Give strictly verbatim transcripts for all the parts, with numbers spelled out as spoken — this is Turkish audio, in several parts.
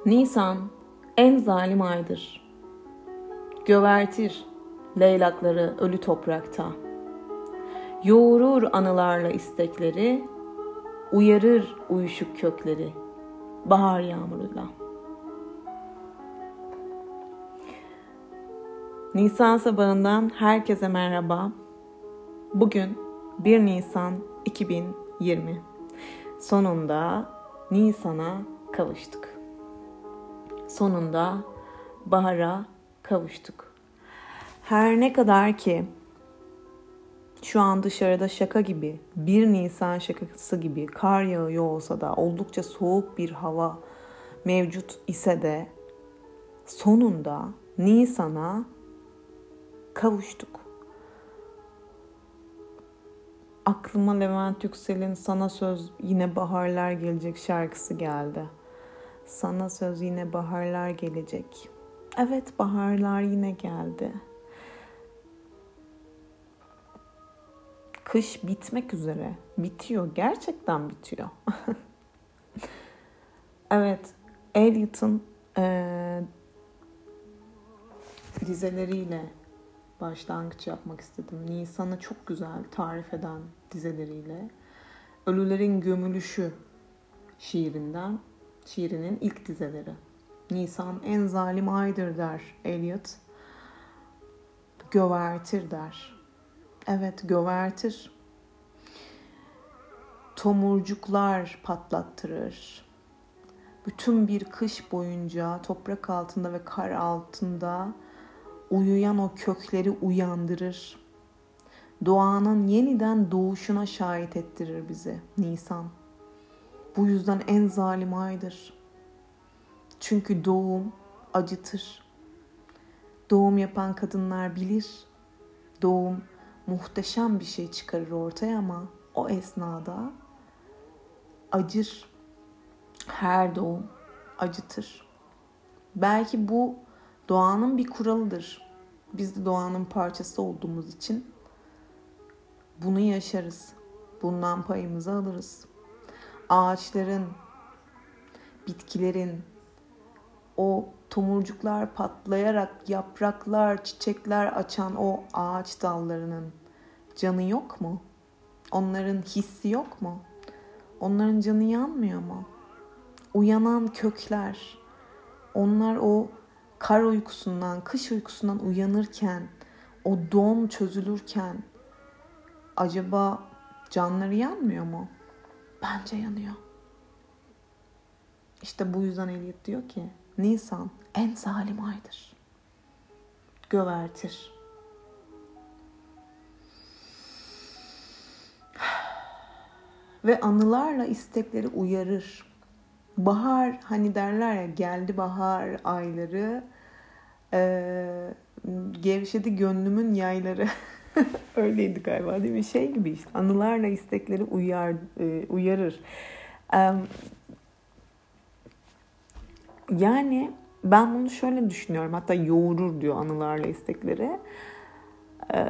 Nisan en zalim aydır. Gövertir leylakları ölü toprakta. Yoğurur anılarla istekleri, uyarır uyuşuk kökleri bahar yağmuruyla. Nisan sabahından herkese merhaba. Bugün bir Nisan iki bin yirmi. Sonunda Nisan'a kavuştuk. Sonunda bahara kavuştuk. Her ne kadar ki şu an dışarıda şaka gibi, bir Nisan şakası gibi kar yağıyor olsa da, oldukça soğuk bir hava mevcut ise de sonunda Nisan'a kavuştuk. Aklıma Levent Yüksel'in "Sana söz yine baharlar gelecek" şarkısı geldi. Sana söz yine baharlar gelecek. Evet, baharlar yine geldi. Kış bitmek üzere. Bitiyor. Gerçekten bitiyor. Evet. Eliot'un e, dizeleriyle başlangıç yapmak istedim. Nisan'ı çok güzel tarif eden dizeleriyle. Ölülerin Gömülüşü şiirinden, şiirinin ilk dizeleri. Nisan en zalim aydır der Eliot. Gövertir der. Evet, gövertir. Tomurcuklar patlattırır. Bütün bir kış boyunca toprak altında ve kar altında uyuyan o kökleri uyandırır. Doğanın yeniden doğuşuna şahit ettirir bizi Nisan. Bu yüzden en zalim aydır. Çünkü doğum acıtır. Doğum yapan kadınlar bilir. Doğum muhteşem bir şey çıkarır ortaya ama o esnada acır. Her doğum acıtır. Belki bu doğanın bir kuralıdır. Biz de doğanın parçası olduğumuz için bunu yaşarız. Bundan payımızı alırız. Ağaçların, bitkilerin, o tomurcuklar patlayarak yapraklar, çiçekler açan o ağaç dallarının canı yok mu? Onların hissi yok mu? Onların canı yanmıyor mu? Uyanan kökler, onlar o kar uykusundan, kış uykusundan uyanırken, o don çözülürken acaba canları yanmıyor mu? Bence yanıyor. İşte bu yüzden Eliot diyor ki Nisan en zalim aydır. Gövertir. Ve anılarla istekleri uyarır. Bahar, hani derler ya, geldi bahar ayları, ee, gevşedi gönlümün yayları. Öyleydi galiba, değil mi? Şey gibi işte, anılarla istekleri uyar, e, uyarır. Ee, yani ben bunu şöyle düşünüyorum, hatta yoğurur diyor anılarla istekleri. Ee,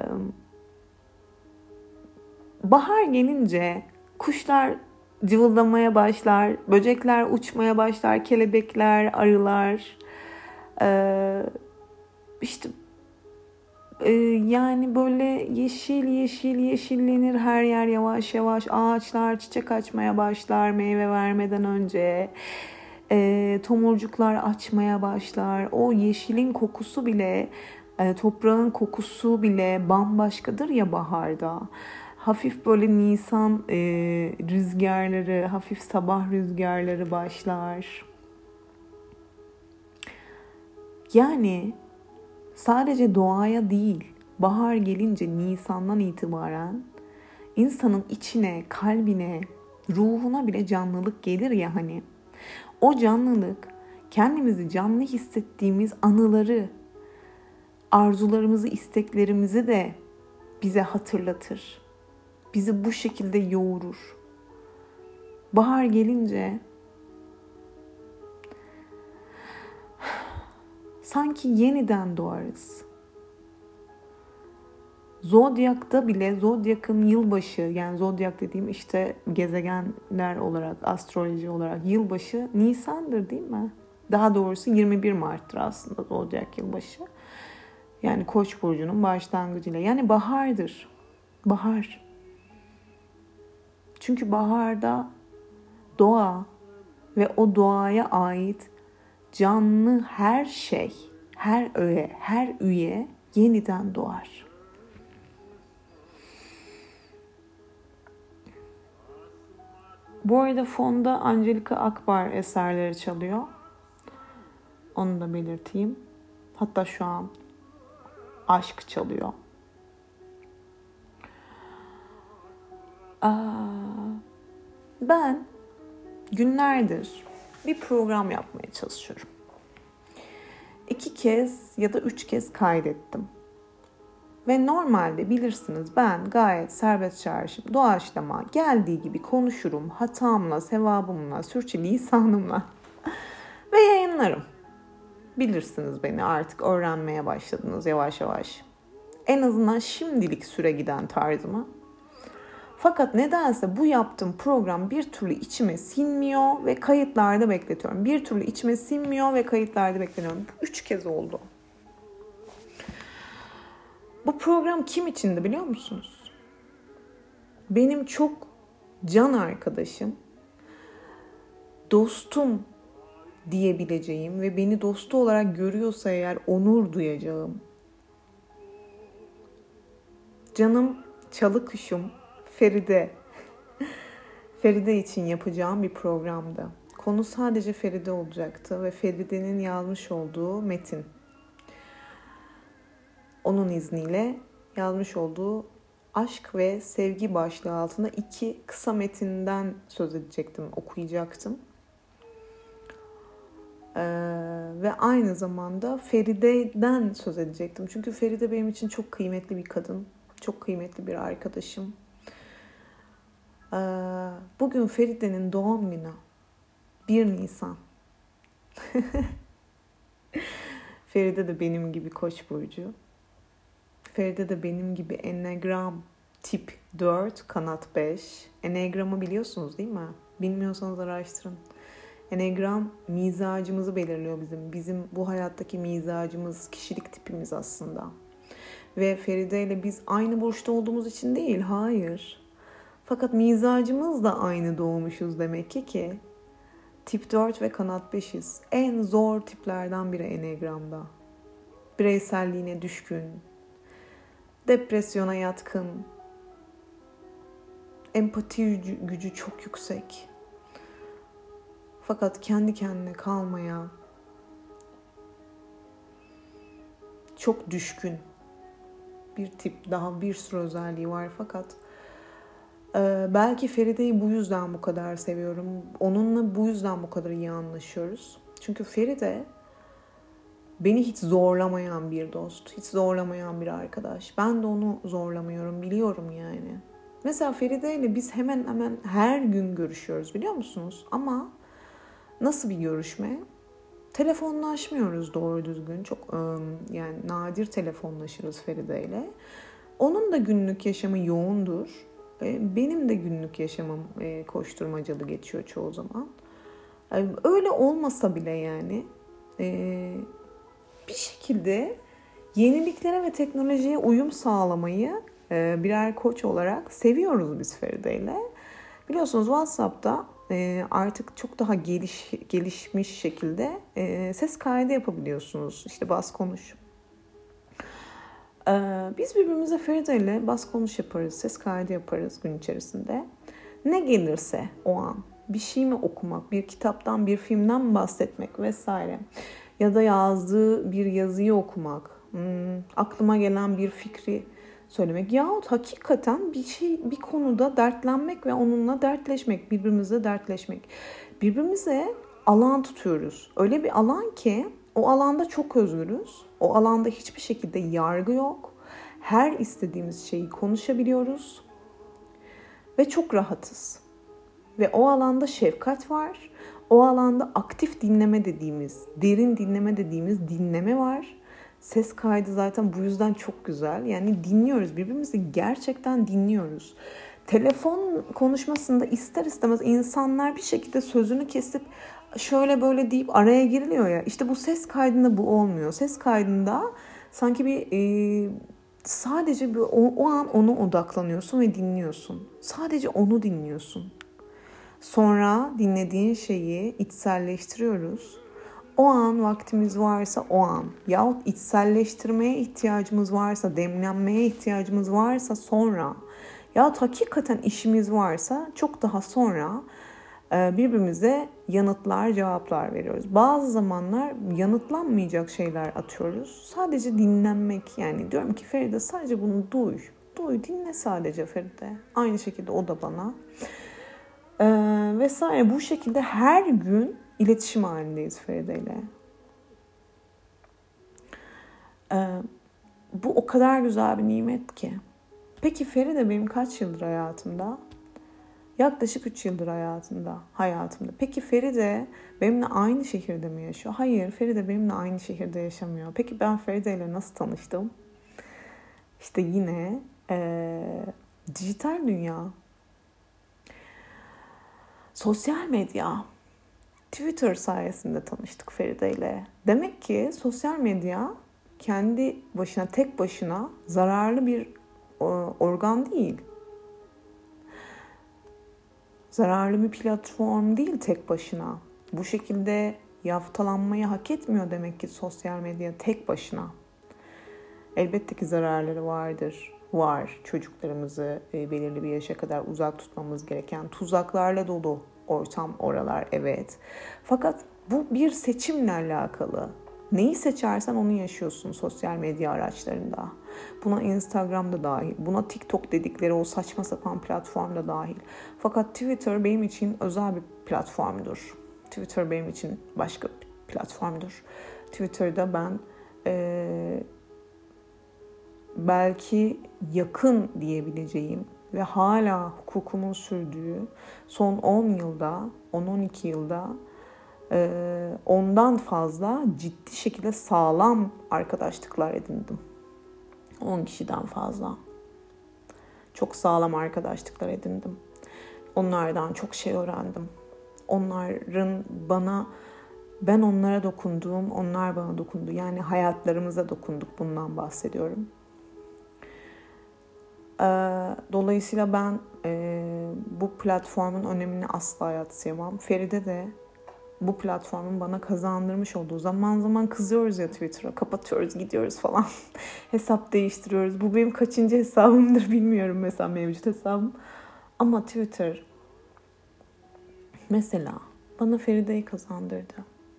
bahar gelince kuşlar cıvıldamaya başlar, böcekler uçmaya başlar, kelebekler, arılar. Ee, işte e, yani böyle yeşil yeşil yeşillenir her yer yavaş yavaş. Ağaçlar çiçek açmaya başlar meyve vermeden önce. E, tomurcuklar açmaya başlar. O yeşilin kokusu bile, e, toprağın kokusu bile bambaşkadır ya baharda. Hafif böyle Nisan e, rüzgarları, hafif sabah rüzgarları başlar. Yani sadece doğaya değil, bahar gelince Nisan'dan itibaren insanın içine, kalbine, ruhuna bile canlılık gelir ya hani. O canlılık kendimizi canlı hissettiğimiz anıları, arzularımızı, isteklerimizi de bize hatırlatır. Bizi bu şekilde yoğurur. Bahar gelince sanki yeniden doğarız. Zodyak'ta bile, Zodyak'ın yılbaşı, yani Zodyak dediğim işte gezegenler olarak, astroloji olarak yılbaşı Nisan'dır değil mi? Daha doğrusu yirmi bir Mart'tır aslında doğacak yılbaşı. Yani Koç burcunun başlangıcıyla. Yani bahardır. Bahar. Çünkü baharda doğa ve o doğaya ait canlı her şey, her öğe, her üye yeniden doğar. Bu arada fonda Angelika Akbar eserleri çalıyor. Onu da belirteyim. Hatta şu an Aşk çalıyor. Ben günlerdir bir program yapmaya çalışıyorum. İki kez ya da üç kez kaydettim. Ve normalde bilirsiniz ben gayet serbest çağrışım, doğaçlama geldiği gibi konuşurum. Hatamla, sevabımla, sürçülisanımla ve yayınlarım. Bilirsiniz beni, artık öğrenmeye başladınız yavaş yavaş. En azından şimdilik süre giden tarzımı. Fakat nedense bu yaptığım program bir türlü içime sinmiyor ve kayıtlarda bekletiyorum. Bir türlü içime sinmiyor ve kayıtlarda bekletiyorum. Bu üç kez oldu. Bu program kim içindi biliyor musunuz? Benim çok can arkadaşım, dostum diyebileceğim ve beni dostu olarak görüyorsa eğer onur duyacağım. Canım çalı kuşum Feride. Feride için yapacağım bir programdı. Konu sadece Feride olacaktı ve Feride'nin yazmış olduğu metin. Onun izniyle yazmış olduğu aşk ve sevgi başlığı altında iki kısa metinden söz edecektim, okuyacaktım. Ee, ve aynı zamanda Feride'den söz edecektim. Çünkü Feride benim için çok kıymetli bir kadın, çok kıymetli bir arkadaşım. Ee, bugün Feride'nin doğum günü. bir Nisan. Feride de benim gibi Koç burcu. Feride de benim gibi Enneagram tip dört, kanat beş. Enneagram'ı biliyorsunuz değil mi? Bilmiyorsanız araştırın. Enneagram mizacımızı belirliyor bizim. Bizim bu hayattaki mizacımız, kişilik tipimiz aslında. Ve Feride ile biz aynı burçta olduğumuz için değil, hayır. Fakat mizacımız da aynı doğmuşuz demek ki ki tip dört ve kanat beşiz. En zor tiplerden biri Enneagram'da. Bireyselliğine düşkün, depresyona yatkın, empati gücü çok yüksek. Fakat kendi kendine kalmaya çok düşkün bir tip. Daha bir sürü özelliği var fakat e, belki Feride'yi bu yüzden bu kadar seviyorum. Onunla bu yüzden bu kadar iyi anlaşıyoruz. Çünkü Feride beni hiç zorlamayan bir dost, hiç zorlamayan bir arkadaş. Ben de onu zorlamıyorum, biliyorum yani. Mesela Feride ile biz hemen hemen her gün görüşüyoruz, biliyor musunuz? Ama nasıl bir görüşme? Telefonlaşmıyoruz doğru düzgün. Çok yani nadir telefonlaşırız Feride ile. Onun da günlük yaşamı yoğundur. Benim de günlük yaşamım koşturmacalı geçiyor çoğu zaman. Öyle olmasa bile yani bir şekilde yeniliklere ve teknolojiye uyum sağlamayı birer koç olarak seviyoruz biz Feride ile. Biliyorsunuz WhatsApp'ta artık çok daha geliş, gelişmiş şekilde ses kaydı yapabiliyorsunuz. İşte bas konuş. Biz birbirimize Feride ile bas konuş yaparız, ses kaydı yaparız gün içerisinde. Ne gelirse o an, bir şey mi okumak, bir kitaptan, bir filmden mi bahsetmek vesaire. Ya da yazdığı bir yazıyı okumak, hmm, aklıma gelen bir fikri söylemek yahut hakikaten bir şey, bir konuda dertlenmek ve onunla dertleşmek, birbirimizle dertleşmek. Birbirimize alan tutuyoruz. Öyle bir alan ki o alanda çok özgürüz. O alanda hiçbir şekilde yargı yok. Her istediğimiz şeyi konuşabiliyoruz ve çok rahatız. Ve o alanda şefkat var. O alanda aktif dinleme dediğimiz, derin dinleme dediğimiz dinleme var. Ses kaydı zaten bu yüzden çok güzel. Yani dinliyoruz, birbirimizi gerçekten dinliyoruz. Telefon konuşmasında ister istemez insanlar bir şekilde sözünü kesip şöyle böyle deyip araya giriliyor ya. İşte bu ses kaydında bu olmuyor. Ses kaydında sanki bir e, sadece bir, o, o an ona odaklanıyorsun ve dinliyorsun. Sadece onu dinliyorsun. Sonra dinlediğin şeyi içselleştiriyoruz. O an vaktimiz varsa o an, yahut içselleştirmeye ihtiyacımız varsa, demlenmeye ihtiyacımız varsa sonra, yahut hakikaten işimiz varsa çok daha sonra birbirimize yanıtlar, cevaplar veriyoruz. Bazı zamanlar yanıtlanmayacak şeyler atıyoruz. Sadece dinlenmek, yani diyorum ki Feride sadece bunu duy. Duy, dinle sadece Feride. Aynı şekilde o da bana. Ee, vesaire bu şekilde her gün iletişim halindeyiz Feride ile. Ee, bu o kadar güzel bir nimet ki. Peki Feride benim kaç yıldır hayatımda? Yaklaşık üç yıldır hayatımda. hayatımda. Peki Feride benimle aynı şehirde mi yaşıyor? Hayır, Feride benimle aynı şehirde yaşamıyor. Peki ben Feride ile nasıl tanıştım? İşte yine ee, dijital dünya. Sosyal medya. Twitter sayesinde tanıştık Feride ile. Demek ki sosyal medya kendi başına, tek başına zararlı bir organ değil. Zararlı bir platform değil tek başına. Bu şekilde yaftalanmayı hak etmiyor demek ki sosyal medya tek başına. Elbette ki zararları vardır. Var. Çocuklarımızı belirli bir yaşa kadar uzak tutmamız gereken tuzaklarla dolu ortam oralar, evet. Fakat bu bir seçimle alakalı. Neyi seçersen onu yaşıyorsun sosyal medya araçlarında. Buna Instagram'da dahil, buna TikTok dedikleri o saçma sapan platformda dahil. Fakat Twitter benim için özel bir platformdur. Twitter benim için başka bir platformdur. Twitter'da ben ee, belki yakın diyebileceğim ve hala hukukumun sürdüğü son on yılda, on on iki yılda ondan fazla ciddi şekilde sağlam arkadaşlıklar edindim. on kişiden fazla. Çok sağlam arkadaşlıklar edindim. Onlardan çok şey öğrendim. Onların bana, ben onlara dokunduğum, onlar bana dokundu. Yani hayatlarımıza dokunduk, bundan bahsediyorum. Dolayısıyla ben bu platformun önemini asla yadsıyamam. Feride de bu platformun bana kazandırmış olduğu, zaman zaman kızıyoruz ya Twitter'a, kapatıyoruz, gidiyoruz falan. Hesap değiştiriyoruz. Bu benim kaçıncı hesabımdır bilmiyorum mesela, mevcut hesabım. Ama Twitter mesela bana Feride'yi kazandırdı.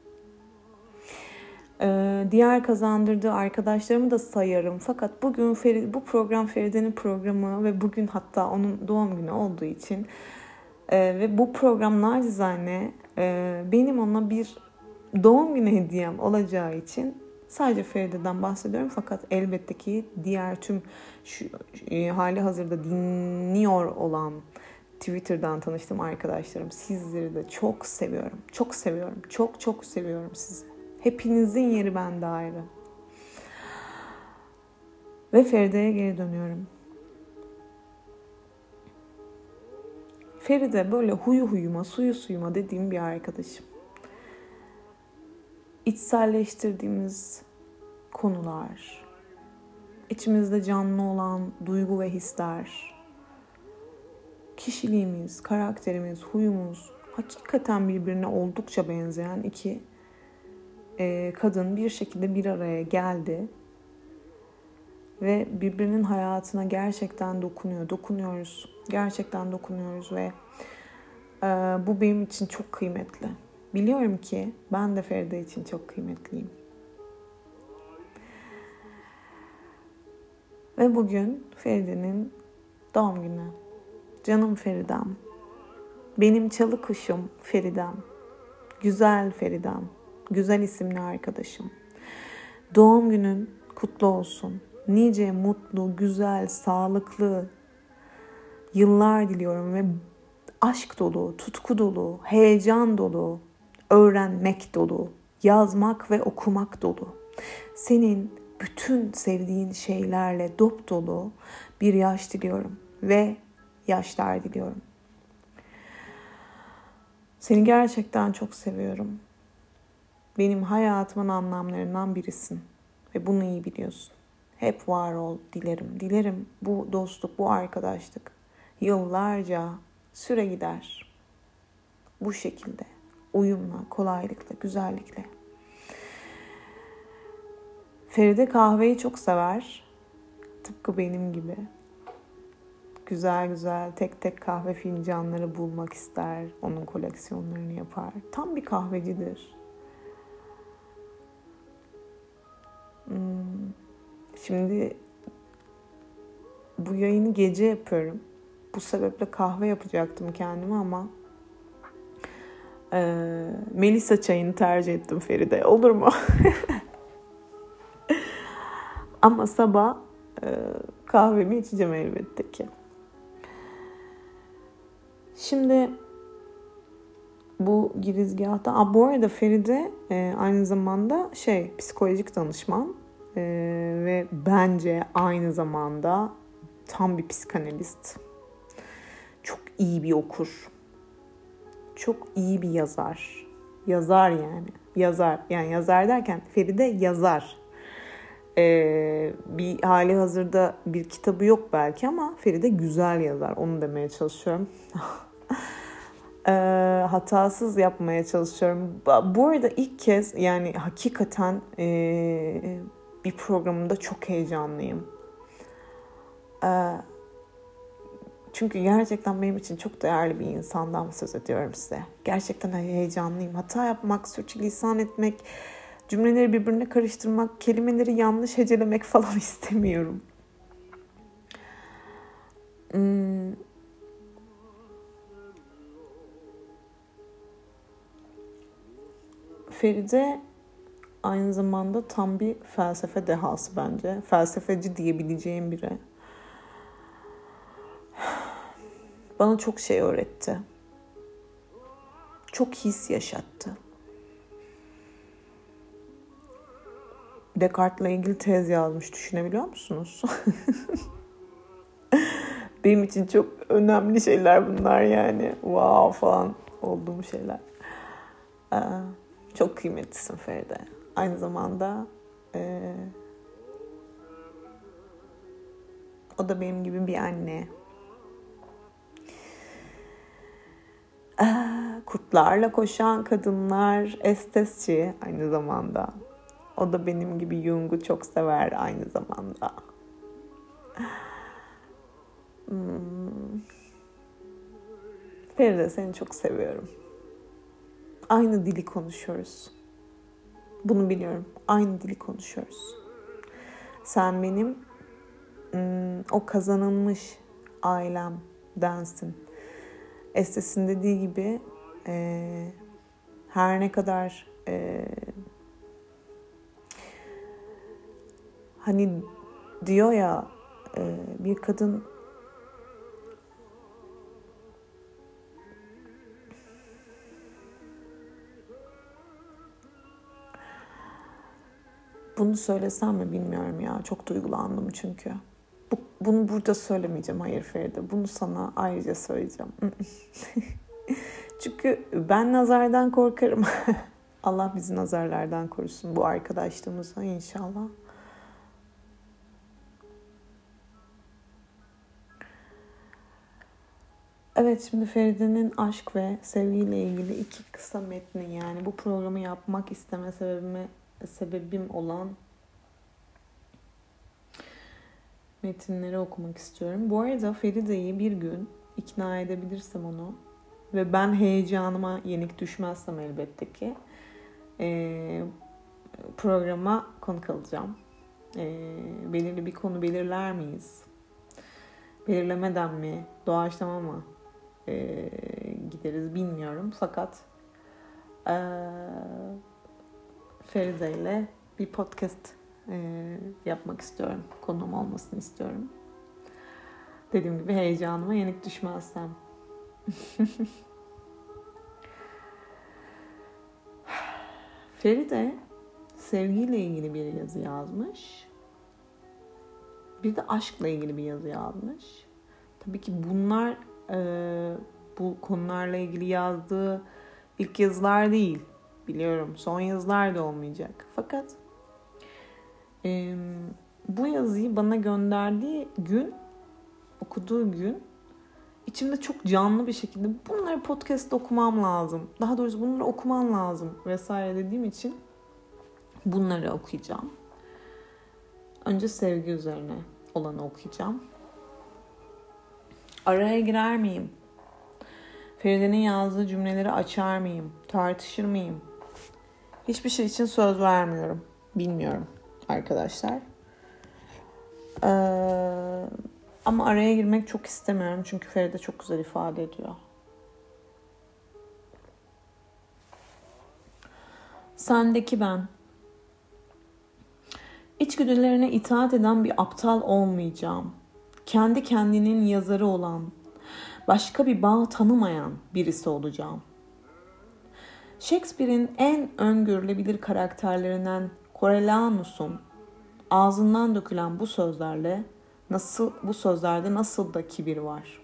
Ee, diğer kazandırdığı arkadaşlarımı da sayarım. Fakat bugün Feride, bu program Feride'nin programı ve bugün hatta onun doğum günü olduğu için e, ve bu program nacizane e, benim ona bir doğum günü hediyem olacağı için sadece Feride'den bahsediyorum. Fakat elbette ki diğer tüm şu, e, hali hazırda dinliyor olan Twitter'dan tanıştığım arkadaşlarım, sizleri de çok seviyorum. Çok seviyorum. Çok çok seviyorum sizi. Hepinizin yeri bende ayrı. Ve Feride'ye geri dönüyorum. Feride böyle huyu huyuma, suyu suyuma dediğim bir arkadaşım. İçselleştirdiğimiz konular, içimizde canlı olan duygu ve hisler, kişiliğimiz, karakterimiz, huyumuz hakikaten birbirine oldukça benzeyen iki e, kadın bir şekilde bir araya geldi ve birbirinin hayatına gerçekten dokunuyor, dokunuyoruz, gerçekten dokunuyoruz ve e, bu benim için çok kıymetli. Biliyorum ki ben de Feride için çok kıymetliyim. Ve bugün Feride'nin doğum günü. Canım Feridem. Benim çalı kuşum Feridem. Güzel Feridem. Güzel isimli arkadaşım. Doğum günün kutlu olsun. Nice mutlu, güzel, sağlıklı yıllar diliyorum ve aşk dolu, tutku dolu, heyecan dolu, öğrenmek dolu, yazmak ve okumak dolu. Senin bütün sevdiğin şeylerle dop dolu bir yaş diliyorum ve yaşlar diliyorum. Seni gerçekten çok seviyorum. Benim hayatımın anlamlarından birisin. Ve bunu iyi biliyorsun. Hep var ol dilerim. Dilerim bu dostluk, bu arkadaşlık yıllarca süre gider. Bu şekilde. Uyumla, kolaylıkla, güzellikle. Feride kahveyi çok sever. Tıpkı benim gibi. Güzel güzel tek tek kahve fincanları bulmak ister. Onun koleksiyonlarını yapar. Tam bir kahvecidir. Hmm. Şimdi bu yayını gece yapıyorum. Bu sebeple kahve yapacaktım kendime ama e, Melisa çayını tercih ettim Feride. Olur mu? Ama sabah e, kahvemi içeceğim elbette ki. Şimdi bu girizgahta... Aa, bu arada Feride e, aynı zamanda şey psikolojik danışman e, ve bence aynı zamanda tam bir psikanalist. Çok iyi bir okur. Çok iyi bir yazar. Yazar yani. Yazar. Yani yazar derken Feride yazar. Ee, bir hali hazırda bir kitabı yok belki ama Feride güzel yazar. Onu demeye çalışıyorum. ee, hatasız yapmaya çalışıyorum. Bu arada ilk kez yani hakikaten ee, bir programında çok heyecanlıyım. Ee, çünkü gerçekten benim için çok değerli bir insandan söz ediyorum size. Gerçekten heyecanlıyım. Hata yapmak, sürçülisan etmek, cümleleri birbirine karıştırmak, kelimeleri yanlış hecelemek falan istemiyorum. Hmm. Feride aynı zamanda tam bir felsefe dehası bence. Felsefeci diyebileceğim biri. Bana çok şey öğretti. Çok his yaşattı. Descartes'la ilgili tez yazmış. Düşünebiliyor musunuz? Benim için çok önemli şeyler bunlar yani. Wow falan olduğum şeyler. Ee, çok kıymetlisin Feride. Aynı zamanda e, o da benim gibi bir anne. Ee, kurtlarla koşan kadınlar estesçi aynı zamanda. O da benim gibi Jung'u çok sever aynı zamanda. Hmm. Feride seni çok seviyorum. Aynı dili konuşuyoruz. Bunu biliyorum. Aynı dili konuşuyoruz. Sen benim o kazanılmış ailemdensin. Estes'in dediği gibi e, her ne kadar e, hani diyor ya e, bir kadın bunu söylesem mi bilmiyorum ya. Çok duygulandım çünkü. Bu, bunu burada söylemeyeceğim. Hayır Feride. Bunu sana ayrıca söyleyeceğim. Çünkü ben nazardan korkarım. Allah bizi nazarlardan korusun. Bu arkadaşlığımıza inşallah. Evet, şimdi Feride'nin aşk ve sevgiyle ilgili iki kısa metni, yani bu programı yapmak isteme sebebime, sebebim olan metinleri okumak istiyorum. Bu arada Feride'yi bir gün ikna edebilirsem onu ve ben heyecanıma yenik düşmezsem elbette ki e, programa konuk alacağım. E, belirli bir konu belirler miyiz? Belirlemeden mi, doğaçlama mı e, gideriz bilmiyorum. Fakat e, Feride ile bir podcast e, yapmak istiyorum. Konuğum olmasını istiyorum. Dediğim gibi heyecanıma yenik düşmezsem. Feride sevgiyle ilgili bir yazı yazmış. Bir de aşkla ilgili bir yazı yazmış. Tabii ki bunlar e, bu konularla ilgili yazdığı İlk yazılar değil. Biliyorum son yazılar da olmayacak. Fakat e, bu yazıyı bana gönderdiği gün, okuduğu gün içimde çok canlı bir şekilde bunları podcast'ta okumam lazım. Daha doğrusu bunları okuman lazım vesaire dediğim için bunları okuyacağım. Önce sevgi üzerine olanı okuyacağım. Araya girer miyim? Feride'nin yazdığı cümleleri açar mıyım? Tartışır mıyım? Hiçbir şey için söz vermiyorum. Bilmiyorum arkadaşlar. Ee, ama araya girmek çok istemiyorum. Çünkü Feride çok güzel ifade ediyor. Sendeki ben. İçgüdülerine itaat eden bir aptal olmayacağım. Kendi kendinin yazarı olan, başka bir bağ tanımayan birisi olacağım. Shakespeare'in en öngörülebilir karakterlerinden Coriolanus'un ağzından dökülen bu sözlerle nasıl bu sözlerde nasıl da kibir var.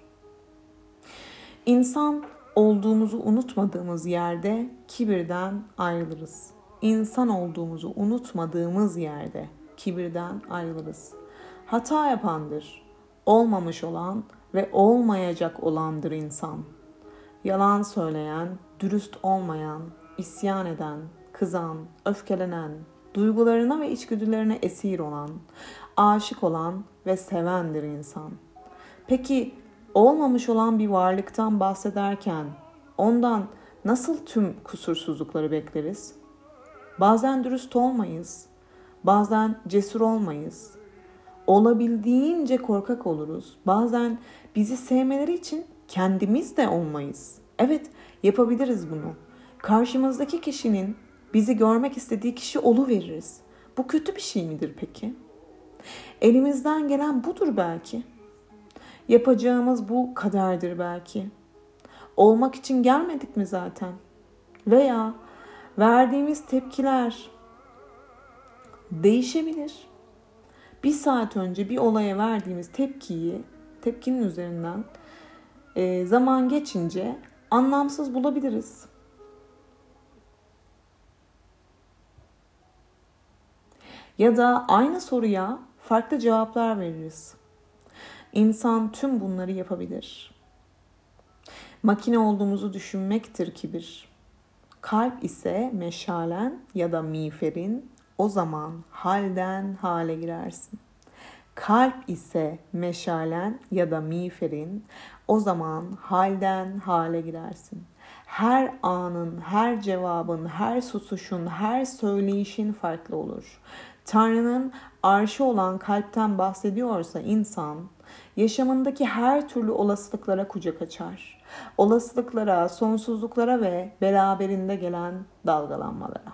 İnsan olduğumuzu unutmadığımız yerde kibirden ayrılırız. İnsan olduğumuzu unutmadığımız yerde kibirden ayrılırız. Hata yapandır, olmamış olan ve olmayacak olandır insan. Yalan söyleyen, dürüst olmayan, isyan eden, kızan, öfkelenen, duygularına ve içgüdülerine esir olan, aşık olan ve sevendir insan. Peki olmamış olan bir varlıktan bahsederken ondan nasıl tüm kusursuzlukları bekleriz? Bazen dürüst olmayız, bazen cesur olmayız. Olabildiğince korkak oluruz. Bazen bizi sevmeleri için kendimiz de olmayız. Evet, yapabiliriz bunu. Karşımızdaki kişinin bizi görmek istediği kişi oluveririz. Bu kötü bir şey midir peki? Elimizden gelen budur belki. Yapacağımız bu kadardır belki. Olmak için gelmedik mi zaten? Veya verdiğimiz tepkiler değişebilir. Bir saat önce bir olaya verdiğimiz tepkiyi, tepkinin üzerinden e, zaman geçince anlamsız bulabiliriz. Ya da aynı soruya farklı cevaplar veririz. İnsan tüm bunları yapabilir. Makine olduğumuzu düşünmektir kibir. Kalp ise meşalen ya da miğferin, o zaman halden hale girersin. Kalp ise meşalen ya da miğferin, o zaman halden hale girersin. Her anın, her cevabın, her susuşun, her söyleyişin farklı olur. Tanrı'nın arşı olan kalpten bahsediyorsa insan, yaşamındaki her türlü olasılıklara kucak açar. Olasılıklara, sonsuzluklara ve beraberinde gelen dalgalanmalara.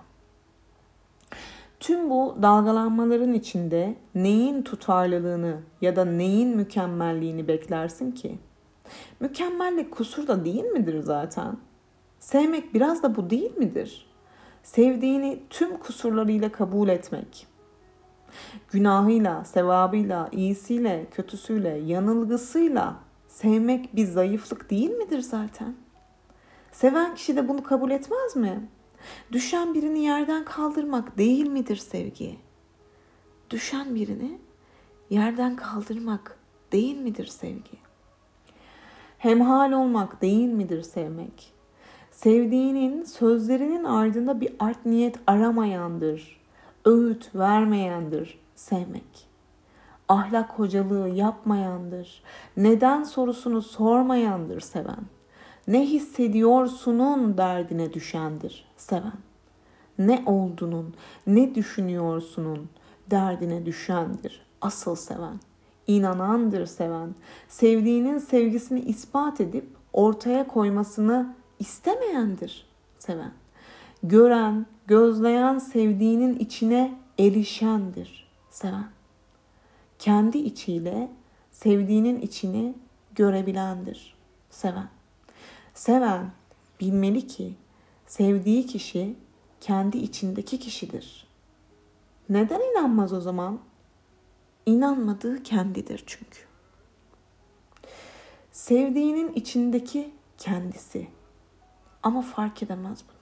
Tüm bu dalgalanmaların içinde neyin tutarlılığını ya da neyin mükemmelliğini beklersin ki? Mükemmellik kusur da değil midir zaten? Sevmek biraz da bu değil midir? Sevdiğini tüm kusurlarıyla kabul etmek. Günahıyla, sevabıyla, iyisiyle, kötüsüyle, yanılgısıyla sevmek bir zayıflık değil midir zaten? Seven kişi de bunu kabul etmez mi? Düşen birini yerden kaldırmak değil midir sevgi? Düşen birini yerden kaldırmak değil midir sevgi? Hemhal olmak değil midir sevmek? Sevdiğinin sözlerinin ardında bir art niyet aramayandır, öğüt vermeyendir sevmek. Ahlak hocalığı yapmayandır, neden sorusunu sormayandır seven. Ne hissediyorsunun derdine düşendir seven. Ne olduğunun, ne düşünüyorsunun derdine düşendir asıl seven. İnanandır seven. Sevdiğinin sevgisini ispat edip ortaya koymasını istemeyendir seven. Gören, gözleyen sevdiğinin içine erişendir seven. Kendi içiyle sevdiğinin içini görebilendir seven. Seven bilmeli ki sevdiği kişi kendi içindeki kişidir. Neden inanmaz o zaman? İnanmadığı kendidir çünkü. Sevdiğinin içindeki kendisi. Ama fark edemez bunu.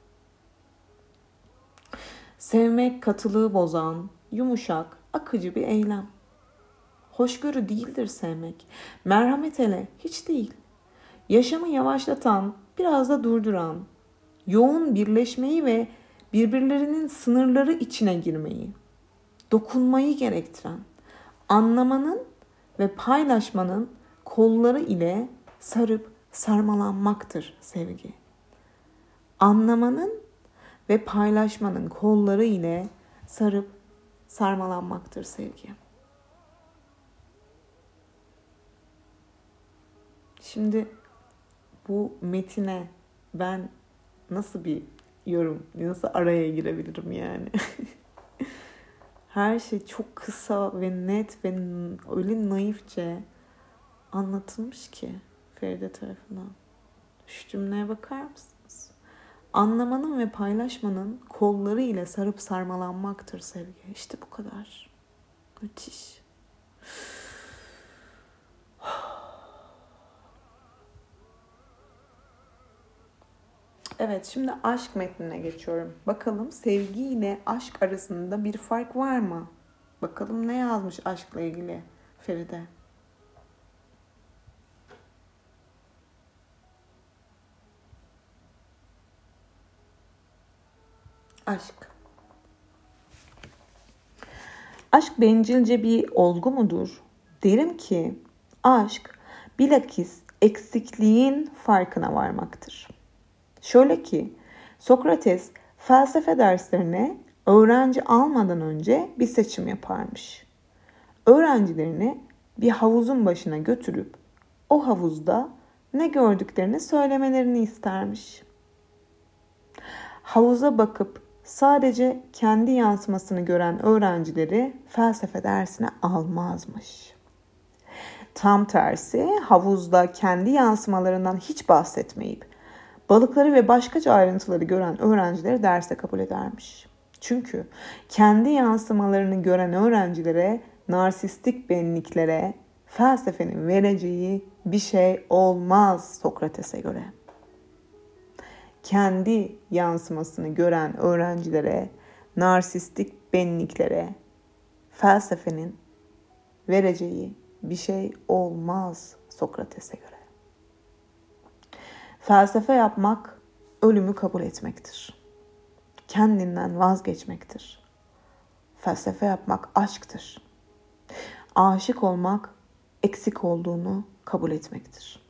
Sevmek katılığı bozan, yumuşak, akıcı bir eylem. Hoşgörü değildir sevmek. Merhamet hele hiç değil. Yaşamı yavaşlatan, biraz da durduran, yoğun birleşmeyi ve birbirlerinin sınırları içine girmeyi, dokunmayı gerektiren, anlamanın ve paylaşmanın kolları ile sarıp sarmalanmaktır sevgi. Anlamanın ve paylaşmanın kolları ile sarıp sarmalanmaktır sevgi. Şimdi bu metine ben nasıl bir yorum, nasıl araya girebilirim yani? Her şey çok kısa ve net ve öyle naifçe anlatılmış ki Feride tarafından. Şu cümleye bakar mısınız? Anlamanın ve paylaşmanın kolları ile sarıp sarmalanmaktır sevgi. İşte bu kadar. Müthiş. Evet, şimdi aşk metnine geçiyorum. Bakalım sevgi ile aşk arasında bir fark var mı? Bakalım ne yazmış aşkla ilgili Feride. Aşk. Aşk bencilce bir olgu mudur? Derim ki aşk bilakis eksikliğin farkına varmaktır. Şöyle ki Sokrates felsefe derslerine öğrenci almadan önce bir seçim yaparmış. Öğrencilerini bir havuzun başına götürüp o havuzda ne gördüklerini söylemelerini istermiş. Havuza bakıp sadece kendi yansımasını gören öğrencileri felsefe dersine almazmış. Tam tersi havuzda kendi yansımalarından hiç bahsetmeyip balıkları ve başkaca ayrıntıları gören öğrencileri derse kabul edermiş. Çünkü kendi yansımalarını gören öğrencilere, narsistik benliklere felsefenin vereceği bir şey olmaz Sokrates'e göre. Kendi yansımasını gören öğrencilere, narsistik benliklere felsefenin vereceği bir şey olmaz Sokrates'e göre. Felsefe yapmak ölümü kabul etmektir. Kendinden vazgeçmektir. Felsefe yapmak aşktır. Aşık olmak eksik olduğunu kabul etmektir.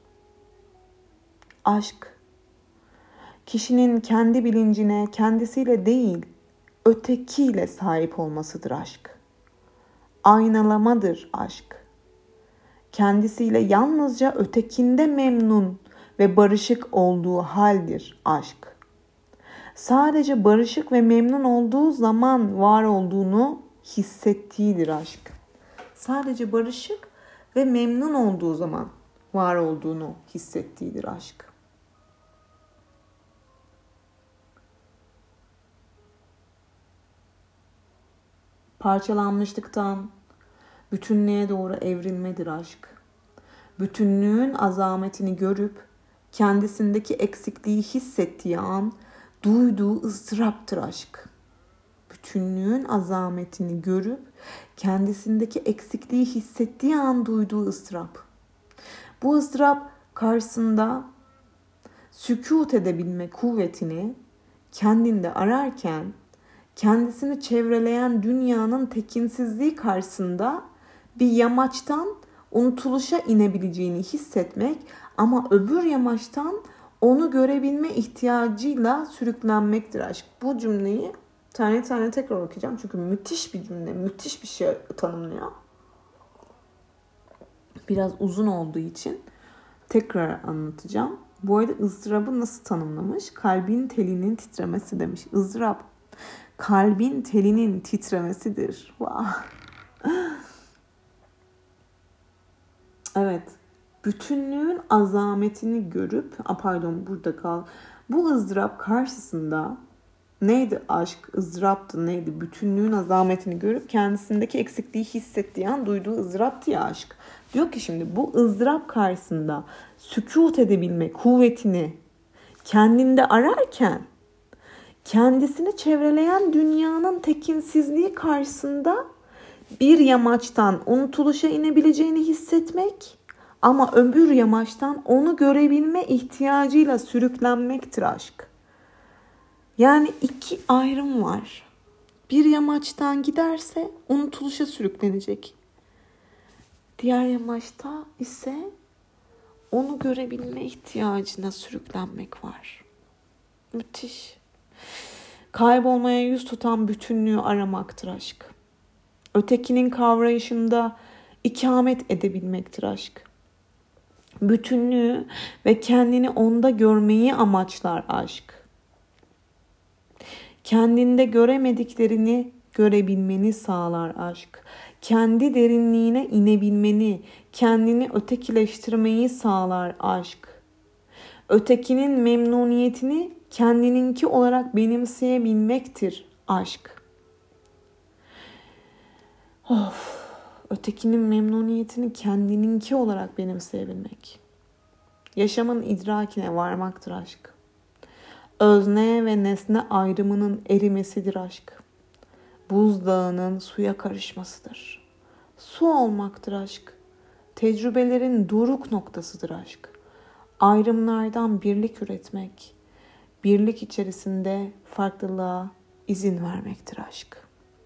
Aşk, kişinin kendi bilincine kendisiyle değil, ötekiyle sahip olmasıdır aşk. Aynalamadır aşk. Kendisiyle yalnızca ötekinde memnun ve barışık olduğu haldir aşk. Sadece barışık ve memnun olduğu zaman var olduğunu hissettiğidir aşk. Sadece barışık ve memnun olduğu zaman var olduğunu hissettiğidir aşk. Parçalanmışlıktan bütünlüğe doğru evrilmedir aşk. Bütünlüğün azametini görüp kendisindeki eksikliği hissettiği an duyduğu ızdıraptır aşk. Bütünlüğün azametini görüp kendisindeki eksikliği hissettiği an duyduğu ızdırap. Bu ızdırap karşısında sükût edebilme kuvvetini kendinde ararken kendisini çevreleyen dünyanın tekinsizliği karşısında bir yamaçtan unutuluşa inebileceğini hissetmek ama öbür yamaçtan onu görebilme ihtiyacıyla sürüklenmektir aşk. Bu cümleyi tane tane tekrar okuyacağım çünkü müthiş bir cümle, müthiş bir şey tanımlıyor. Biraz uzun olduğu için tekrar anlatacağım. Bu arada ızdırabı nasıl tanımlamış? Kalbin telinin titremesi demiş. Izdırap kalbin telinin titremesidir. Wow. Evet. Bütünlüğün azametini görüp, a pardon burada kal. Bu ızdırap karşısında neydi aşk? Izdıraptı neydi? Bütünlüğün azametini görüp kendisindeki eksikliği hissettiği an duyduğu ızdıraptı ya aşk. Diyor ki şimdi bu ızdırap karşısında sükût edebilme kuvvetini kendinde ararken kendisini çevreleyen dünyanın tekinsizliği karşısında bir yamaçtan unutuluşa inebileceğini hissetmek ama öbür yamaçtan onu görebilme ihtiyacıyla sürüklenmektir aşk. Yani iki ayrım var. Bir yamaçtan giderse unutuluşa sürüklenecek. Diğer yamaçta ise onu görebilme ihtiyacına sürüklenmek var. Müthiş. Kaybolmaya yüz tutan bütünlüğü aramaktır aşk. Ötekinin kavrayışında ikamet edebilmektir aşk. Bütünlüğü ve kendini onda görmeyi amaçlar aşk. Kendinde göremediklerini görebilmeni sağlar aşk. Kendi derinliğine inebilmeni, kendini ötekileştirmeyi sağlar aşk. Ötekinin memnuniyetini kendininki olarak benimseyebilmektir aşk. Of, ötekinin memnuniyetini kendininki olarak benimseyebilmek. Yaşamın idrakine varmaktır aşk. Özne ve nesne ayrımının erimesidir aşk. Buzdağının suya karışmasıdır. Su olmaktır aşk. Tecrübelerin doruk noktasıdır aşk. Ayrımlardan birlik üretmek, birlik içerisinde farklılığa izin vermektir aşk.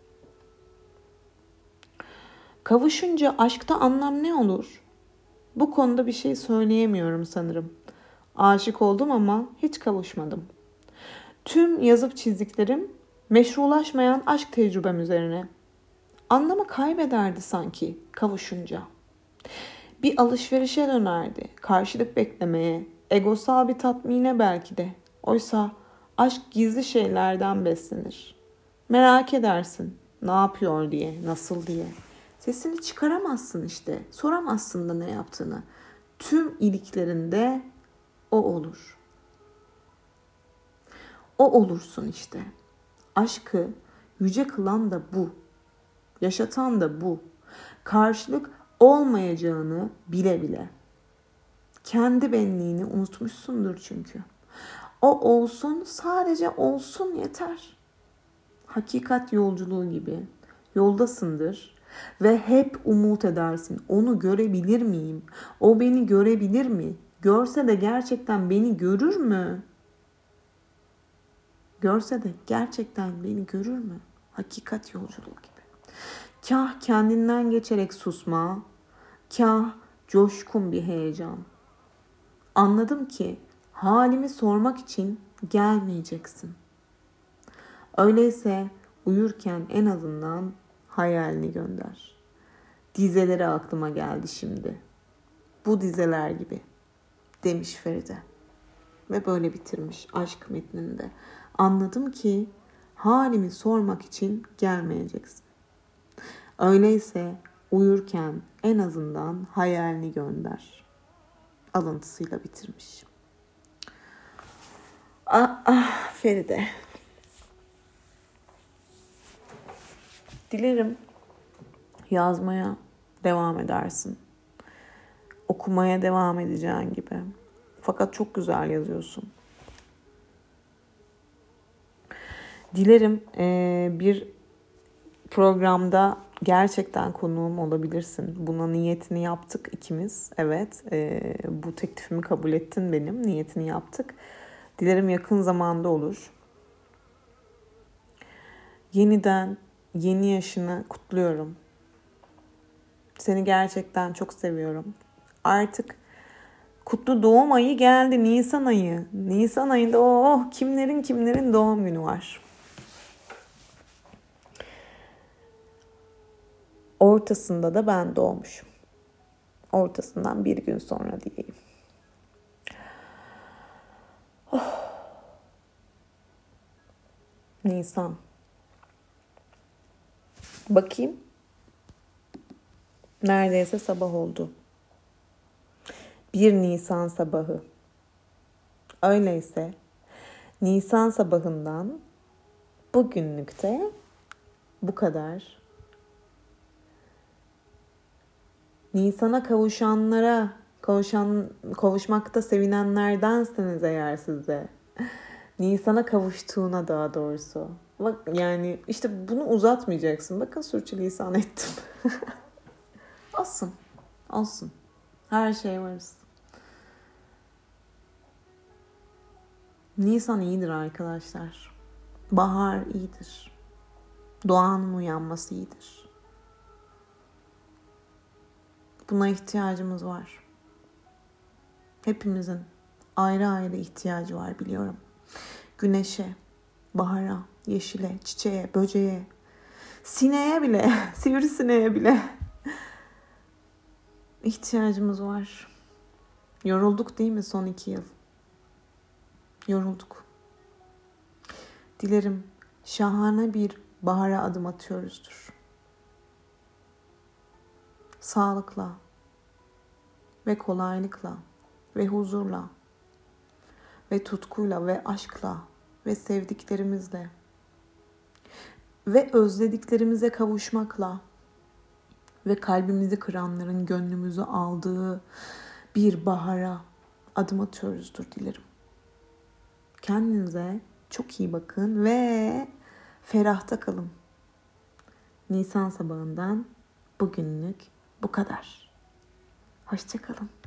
Kavuşunca aşkta anlam ne olur? Bu konuda bir şey söyleyemiyorum sanırım. Aşık oldum ama hiç kavuşmadım. Tüm yazıp çizdiklerim meşrulaşmayan aşk tecrübem üzerine. Anlamı kaybederdi sanki kavuşunca. Bir alışverişe dönerdi, karşılık beklemeye, egosal bir tatmine belki de. Oysa aşk gizli şeylerden beslenir. Merak edersin, ne yapıyor diye, nasıl diye. Sesini çıkaramazsın işte, soramazsın da ne yaptığını. Tüm iliklerinde o olur. O olursun işte. Aşkı yüce kılan da bu. Yaşatan da bu. Karşılık olmayacağını bile bile. Kendi benliğini unutmuşsundur çünkü. O olsun, sadece olsun yeter. Hakikat yolculuğu gibi. Yoldasındır ve hep umut edersin. Onu görebilir miyim? O beni görebilir mi? Görse de gerçekten beni görür mü? Görse de gerçekten beni görür mü? Hakikat yolculuğu gibi. Kah kendinden geçerek susma, kah coşkun bir heyecan. Anladım ki halimi sormak için gelmeyeceksin. Öyleyse uyurken en azından hayalini gönder. Dizeleri aklıma geldi şimdi. Bu dizeler gibi demiş Feride. Ve böyle bitirmiş aşk metninde. Anladım ki halimi sormak için gelmeyeceksin. Öyleyse uyurken en azından hayalini gönder. Alıntısıyla bitirmiş. Ah, ah Feride. Dilerim yazmaya devam edersin. Okumaya devam edeceğin gibi. Fakat çok güzel yazıyorsun. Dilerim e, bir programda gerçekten konuğum olabilirsin. Buna niyetini yaptık ikimiz. Evet, e, bu teklifimi kabul ettin benim. Niyetini yaptık. Dilerim yakın zamanda olur. Yeniden yeni yaşını kutluyorum. Seni gerçekten çok seviyorum. Artık kutlu doğum ayı geldi. Nisan ayı. Nisan ayında oh kimlerin kimlerin doğum günü var. Ortasında da ben doğmuşum. Ortasından bir gün sonra diyeyim. Oh. Nisan. Bakayım. Neredeyse sabah oldu. Bir Nisan sabahı. Öyleyse Nisan sabahından bugünlükte bu kadar. Nisan'a kavuşanlara Kavuşan, kavuşmakta sevinenlerdensiniz eğer siz de. Nisan'a kavuştuğuna daha doğrusu. Bak yani işte bunu uzatmayacaksın. Bakın sürçülisan ettim. Olsun. Olsun. Her şey varız. Nisan iyidir arkadaşlar. Bahar iyidir. Doğanın uyanması iyidir. Buna ihtiyacımız var. Hepimizin ayrı ayrı ihtiyacı var biliyorum. Güneşe, bahara, yeşile, çiçeğe, böceğe, sineğe bile, sivrisineğe bile ihtiyacımız var. Yorulduk değil mi son iki yıl? Yorulduk. Dilerim şahane bir bahara adım atıyoruzdur. Sağlıkla ve kolaylıkla ve huzurla ve tutkuyla ve aşkla ve sevdiklerimizle ve özlediklerimize kavuşmakla ve kalbimizi kıranların gönlümüzü aldığı bir bahara adım atıyoruzdur dilerim. Kendinize çok iyi bakın ve ferahta kalın. Nisan sabahından bugünlük bu kadar. Hoşça kalın.